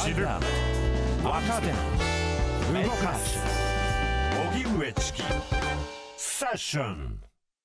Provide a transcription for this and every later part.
知る、若手、動かす、荻上チキセッション。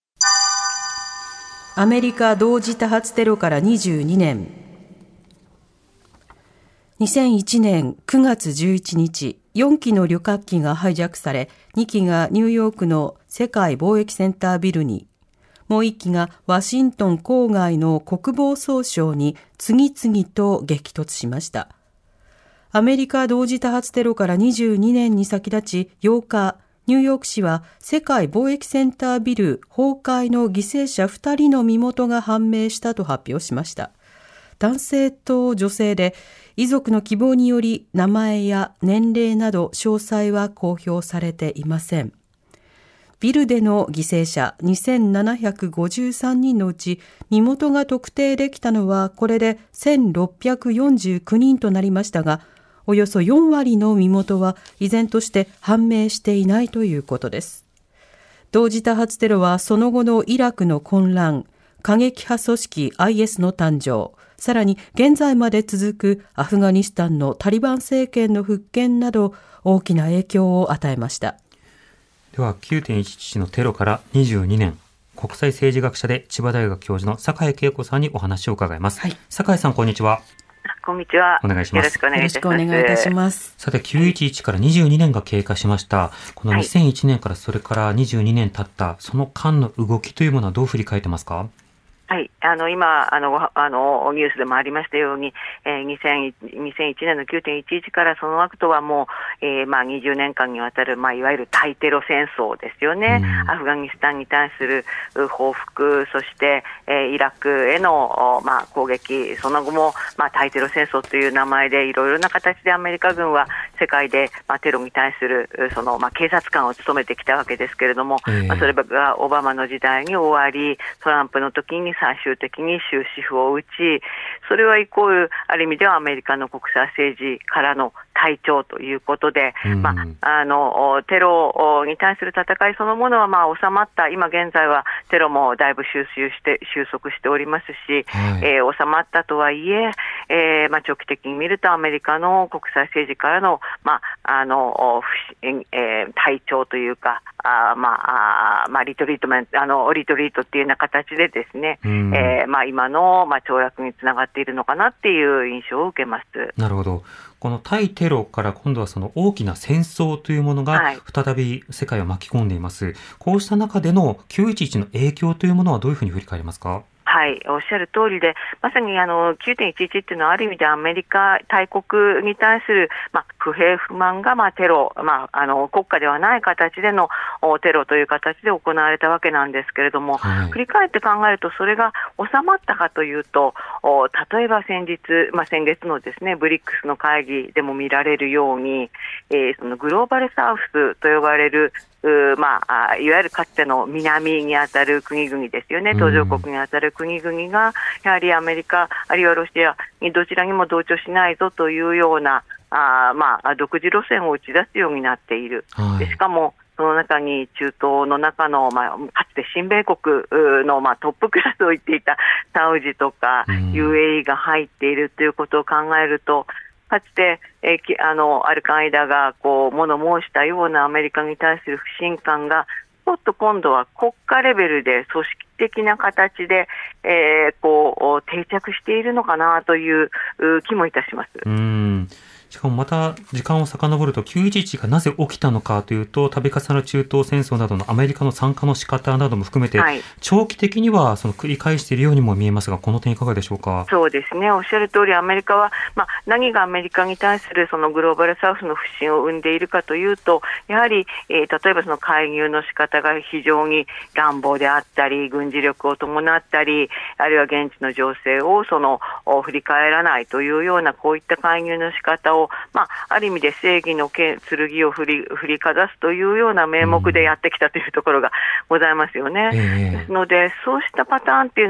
アメリカ同時多発テロから22年。2001年9月11日、4機の旅客機がハイジャックされ、2機がニューヨークの世界貿易センタービルに、もう1機がワシントン郊外の国防総省に次々と激突しました。アメリカ同時多発テロから22年に先立ち、8日、ニューヨーク市は世界貿易センタービル崩壊の犠牲者2人の身元が判明したと発表しました。男性と女性で、遺族の希望により名前や年齢など詳細は公表されていません。ビルでの犠牲者2753人のうち、身元が特定できたのはこれで1649人となりましたが、およそ4割の身元は依然として判明していないということです。同時多発テロはその後のイラクの混乱、過激派組織 IS の誕生、さらに現在まで続くアフガニスタンのタリバン政権の復権など大きな影響を与えました。 では 9.11 のテロから22年、国際政治学者で千葉大学教授の坂井恵子さんにお話を伺います。はい、坂井さん、こんにちは。 こんにちは。 お願いします。 よろしくお願いいたします。 よろしくお願いいたします。 さて、911から22年が経過しました。この2001年からそれから22年経った、その間の動きというものはどう振り返ってますか？ はい、今ニュースでもありましたように、2001年の 9.11 からその後はもう、20年間にわたる、いわゆる対テロ戦争ですよね。アフガニスタンに対する報復、そして、イラクへの、攻撃、その後も、対テロ戦争という名前でいろいろな形でアメリカ軍は世界で、テロに対する警察官を務めてきたわけですけれども、それがオバマの時代に終わり、トランプの時に最終的に終止符を打ち、それはイコールある意味ではアメリカの国際政治からの退潮ということで、テロに対する戦いそのものは収まった。今現在はテロもだいぶ収束しておりますし、収まったとはいえ、長期的に見るとアメリカの国際政治からの、退潮というか、リトリートっていうような形でですね、今の、条約につながっているのかなっていう印象を受けます。 なるほど。この対テロから今度はその大きな戦争というものが再び世界を巻き込んでいます。こうした中での911の影響というものはどういうふうに振り返りますか？ はい、おっしゃる通りで、まさに9.11 っていうのはある意味でアメリカ大国に対する、不平不満がテロ、国家ではない形でのテロという形で行われたわけなんですけれども、振り返って考えるとそれが収まったかというと、例えば先月のですねブリックスの会議でも見られるように、そのグローバルサウスと呼ばれるいわゆるかつての南にあたる国々ですよね、途上国にあたる国々がやはりアメリカあるいはロシアにどちらにも同調しないぞというような独自路線を打ち出すようになっている。でしかもその中に中東の中の、かつて親米国の、トップクラスを言っていたサウジとか UAE が入っているということを考えると、かつて、アルカイダが物申したようなアメリカに対する不信感がちょっと今度は国家レベルで組織的な形で、定着しているのかなという気もいたします。 しかもまた時間を遡ると911がなぜ起きたのかというと、度重なる中東戦争などのアメリカの参加の仕方なども含めて、長期的にはその繰り返しているようにも見えますが、この点いかがでしょうか？ そうですね、おっしゃる通りアメリカは、何がアメリカに対するそのグローバルサウスの不信を生んでいるかというと、やはり、例えばその介入の仕方が非常に乱暴であったり、軍事力を伴ったり、あるいは現地の情勢を振り返らないというようなこういった介入の仕方を、ある意味で正義の剣を振りかざすというような名目でやってきたというところがございますよね。ですのでそうしたパターンっていうのが、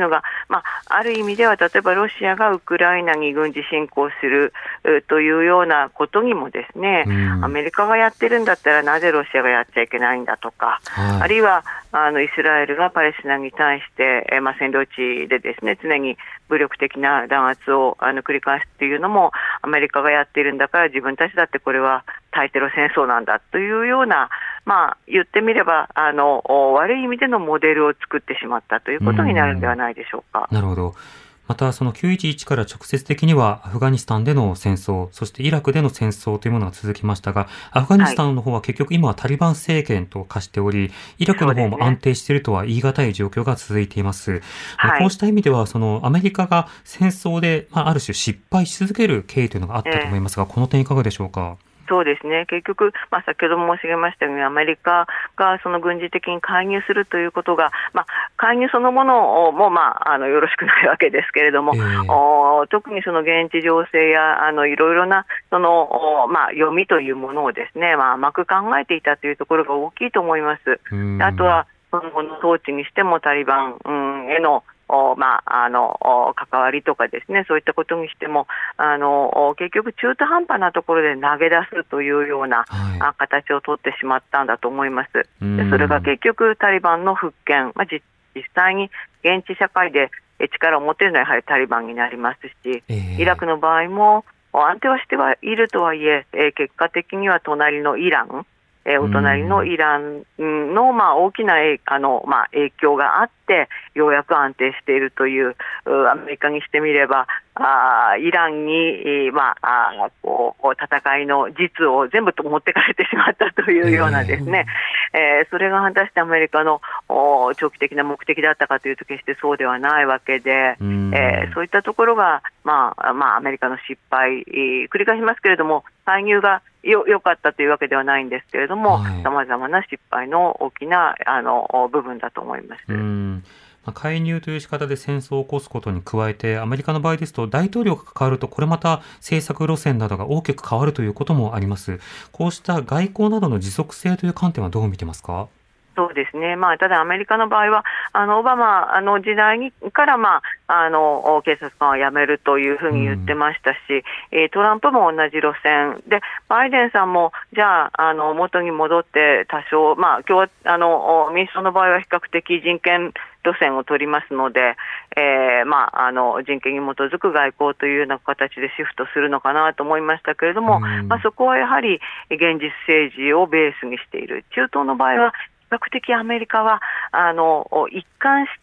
ある意味では例えばロシアがウクライナに軍事侵攻するというようなことにもですね、アメリカがやってるんだったらなぜロシアがやっちゃいけないんだとか、あるいはイスラエルがパレスチナに対して、占領地でですね常に武力的な弾圧を繰り返すというのもアメリカがやっているんだから自分たちだってこれは対テロ戦争なんだというような、言ってみれば悪い意味でのモデルを作ってしまったということになるんではないでしょうか。 なるほど。またその911から直接的にはアフガニスタンでの戦争、そしてイラクでの戦争というものが続きましたが、アフガニスタンの方は結局今はタリバン政権と化しており、イラクの方も安定しているとは言い難い状況が続いています。こうした意味ではそのアメリカが戦争で、ある種失敗し続ける経緯というのがあったと思いますが、この点いかがでしょうか。 そうですね、結局、先ほども申し上げましたようにアメリカがその軍事的に介入するということが、介入そのものも、よろしくないわけですけれども、特にその現地情勢やいろいろなその、読みというものをですね、甘く考えていたというところが大きいと思います。あとはその後の統治にしてもタリバンへの関わりとかですね、そういったことにしても結局中途半端なところで投げ出すというような、形を取ってしまったんだと思います。でそれが結局タリバンの復権、実際に現地社会で力を持っているのはやはりタリバンになりますし、イラクの場合も安定はしてはいるとはいえ、結果的には隣のイラン、お隣のイランの、大きな影響があってようやく安定しているというアメリカにしてみればイランに、戦いの実を全部と持ってかれてしまったというようなですね、それが果たしてアメリカの長期的な目的だったかというと決してそうではないわけで、そういったところが、アメリカの失敗、繰り返しますけれども介入が良かったというわけではないんですけれども、様々な失敗の大きな部分だと思います。 介入という仕方で戦争を起こすことに加えて、アメリカの場合ですと大統領が変わるとこれまた政策路線などが大きく変わるということもあります。こうした外交などの持続性という観点はどう見てますか。 そうですね、ただアメリカの場合はオバマの時代から警察官は辞めるというふうに言ってましたし、トランプも同じ路線で、バイデンさんもじゃあ元に戻って多少、今日は民主党の場合は比較的人権路線を取りますので、人権に基づく外交というような形でシフトするのかなと思いましたけれども、そこはやはり現実政治をベースにしている。中東の場合は比較的アメリカは一貫して、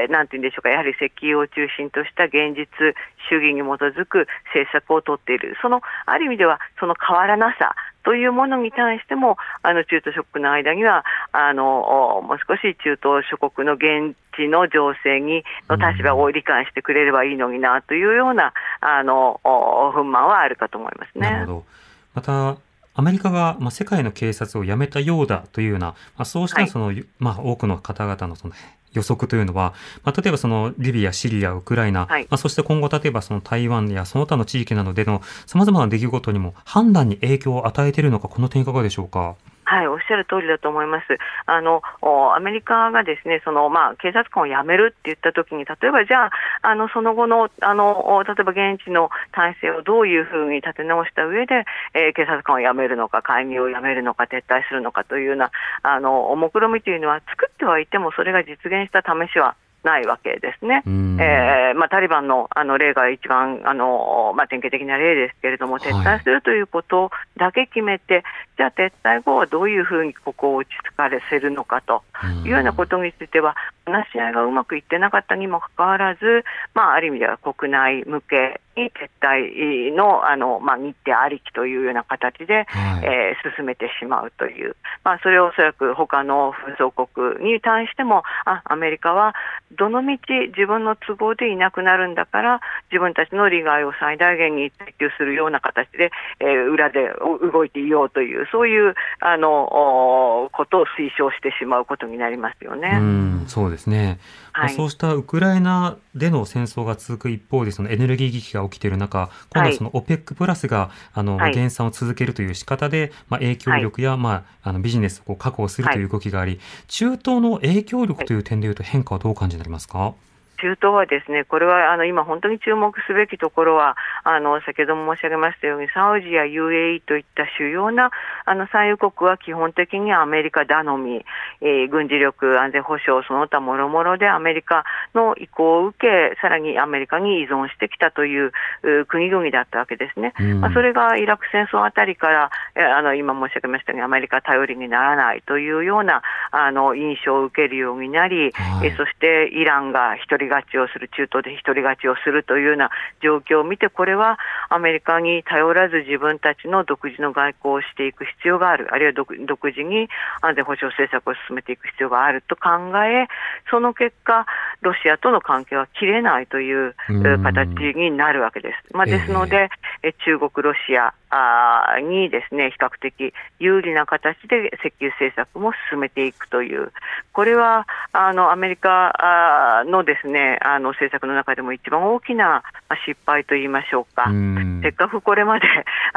なんていうんでしょうか、やはり石油を中心とした現実主義に基づく政策を取っている。そのある意味ではその変わらなさというものに対しても中東諸国の間にはもう少し中東諸国の現地の情勢の立場を理解してくれればいいのになというような不満はあるかと思いますね。 なるほど。またアメリカが、世界の警察をやめたようだというような、そうした多くの方々のその予測というのは、例えばそのリビア、シリア、ウクライナ、そして今後例えばその台湾やその他の地域などでの様々な出来事にも判断に影響を与えているのか、この点いかがでしょうか。 はい、おっしゃる通りだと思います。アメリカがですね、警察官を辞めるって言ったときに、例えばじゃあ、その後の、例えば現地の体制をどういうふうに立て直した上で、警察官を辞めるのか、介入を辞めるのか、撤退するのかというような、目論見というのは作ってはいても、それが実現した試しはないわけですね。タリバンの例が一番典型的な例ですけれども、撤退するということだけ決めて、じゃあ撤退後はどういうふうにここを落ち着かせるのかというようなことについては話し合いがうまくいってなかったにもかかわらず、ある意味では国内向けに撤退の日程ありきというような形で、進めてしまうという、それをおそらく他の紛争国に対してもアメリカはどのみち自分の都合でいなくなるんだから自分たちの利害を最大限に追求するような形で、裏で動いていようというそういうことを推奨してしまうことになりますよね。 そうですね。そうしたウクライナでの戦争が続く一方でそのエネルギー危機が起きている中、今度はその OPEC プラスが減産を続けるという仕方で、影響力や、ビジネスを確保するという動きがあり、中東の影響力という点でいうと変化はどう感じになりますか。 中東はですね、これは今本当に注目すべきところは、先ほども申し上げましたように、サウジや UAE といった主要な産油国は基本的にアメリカ頼み、軍事力、安全保障、その他もろもろでアメリカの意向を受け、さらにアメリカに依存してきたという国々だったわけですね。それがイラク戦争あたりから今申し上げましたようにアメリカ頼りにならないというような印象を受けるようになり、そしてイランが一人勝ちをする、中東で一人勝ちをするというような状況を見て、これはアメリカに頼らず自分たちの独自の外交をしていく必要がある、あるいは独自に安全保障政策を進めていく必要があると考え、その結果ロシアとの関係は切れないという形になるわけです。ですので、中国、ロシアにですね、比較的有利な形で石油政策も進めていくという、これはアメリカのですね、政策の中でも一番大きな失敗といいましょうか。せっかくこれまで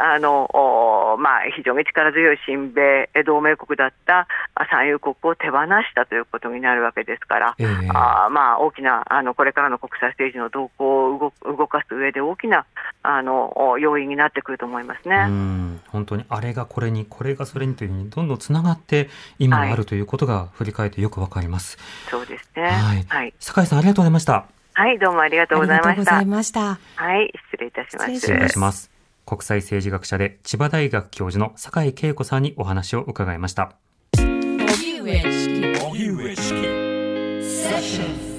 非常に力強い親米同盟国だった産油国を手放したということになるわけですから、大きなこれからの国際政治の動向を動かす上で大きな要因になってくると思いますね。 本当にあれがこれに、これがそれにというふうにどんどんつながって今があるということが振り返ってよくわかります。 そうですね。 酒井さん、ありがとうございました。 はい、どうもありがとうございました。はい、失礼いたします。 失礼いたします。国際政治学者で千葉大学教授の酒井恵子さんにお話を伺いました。荻上チキセッション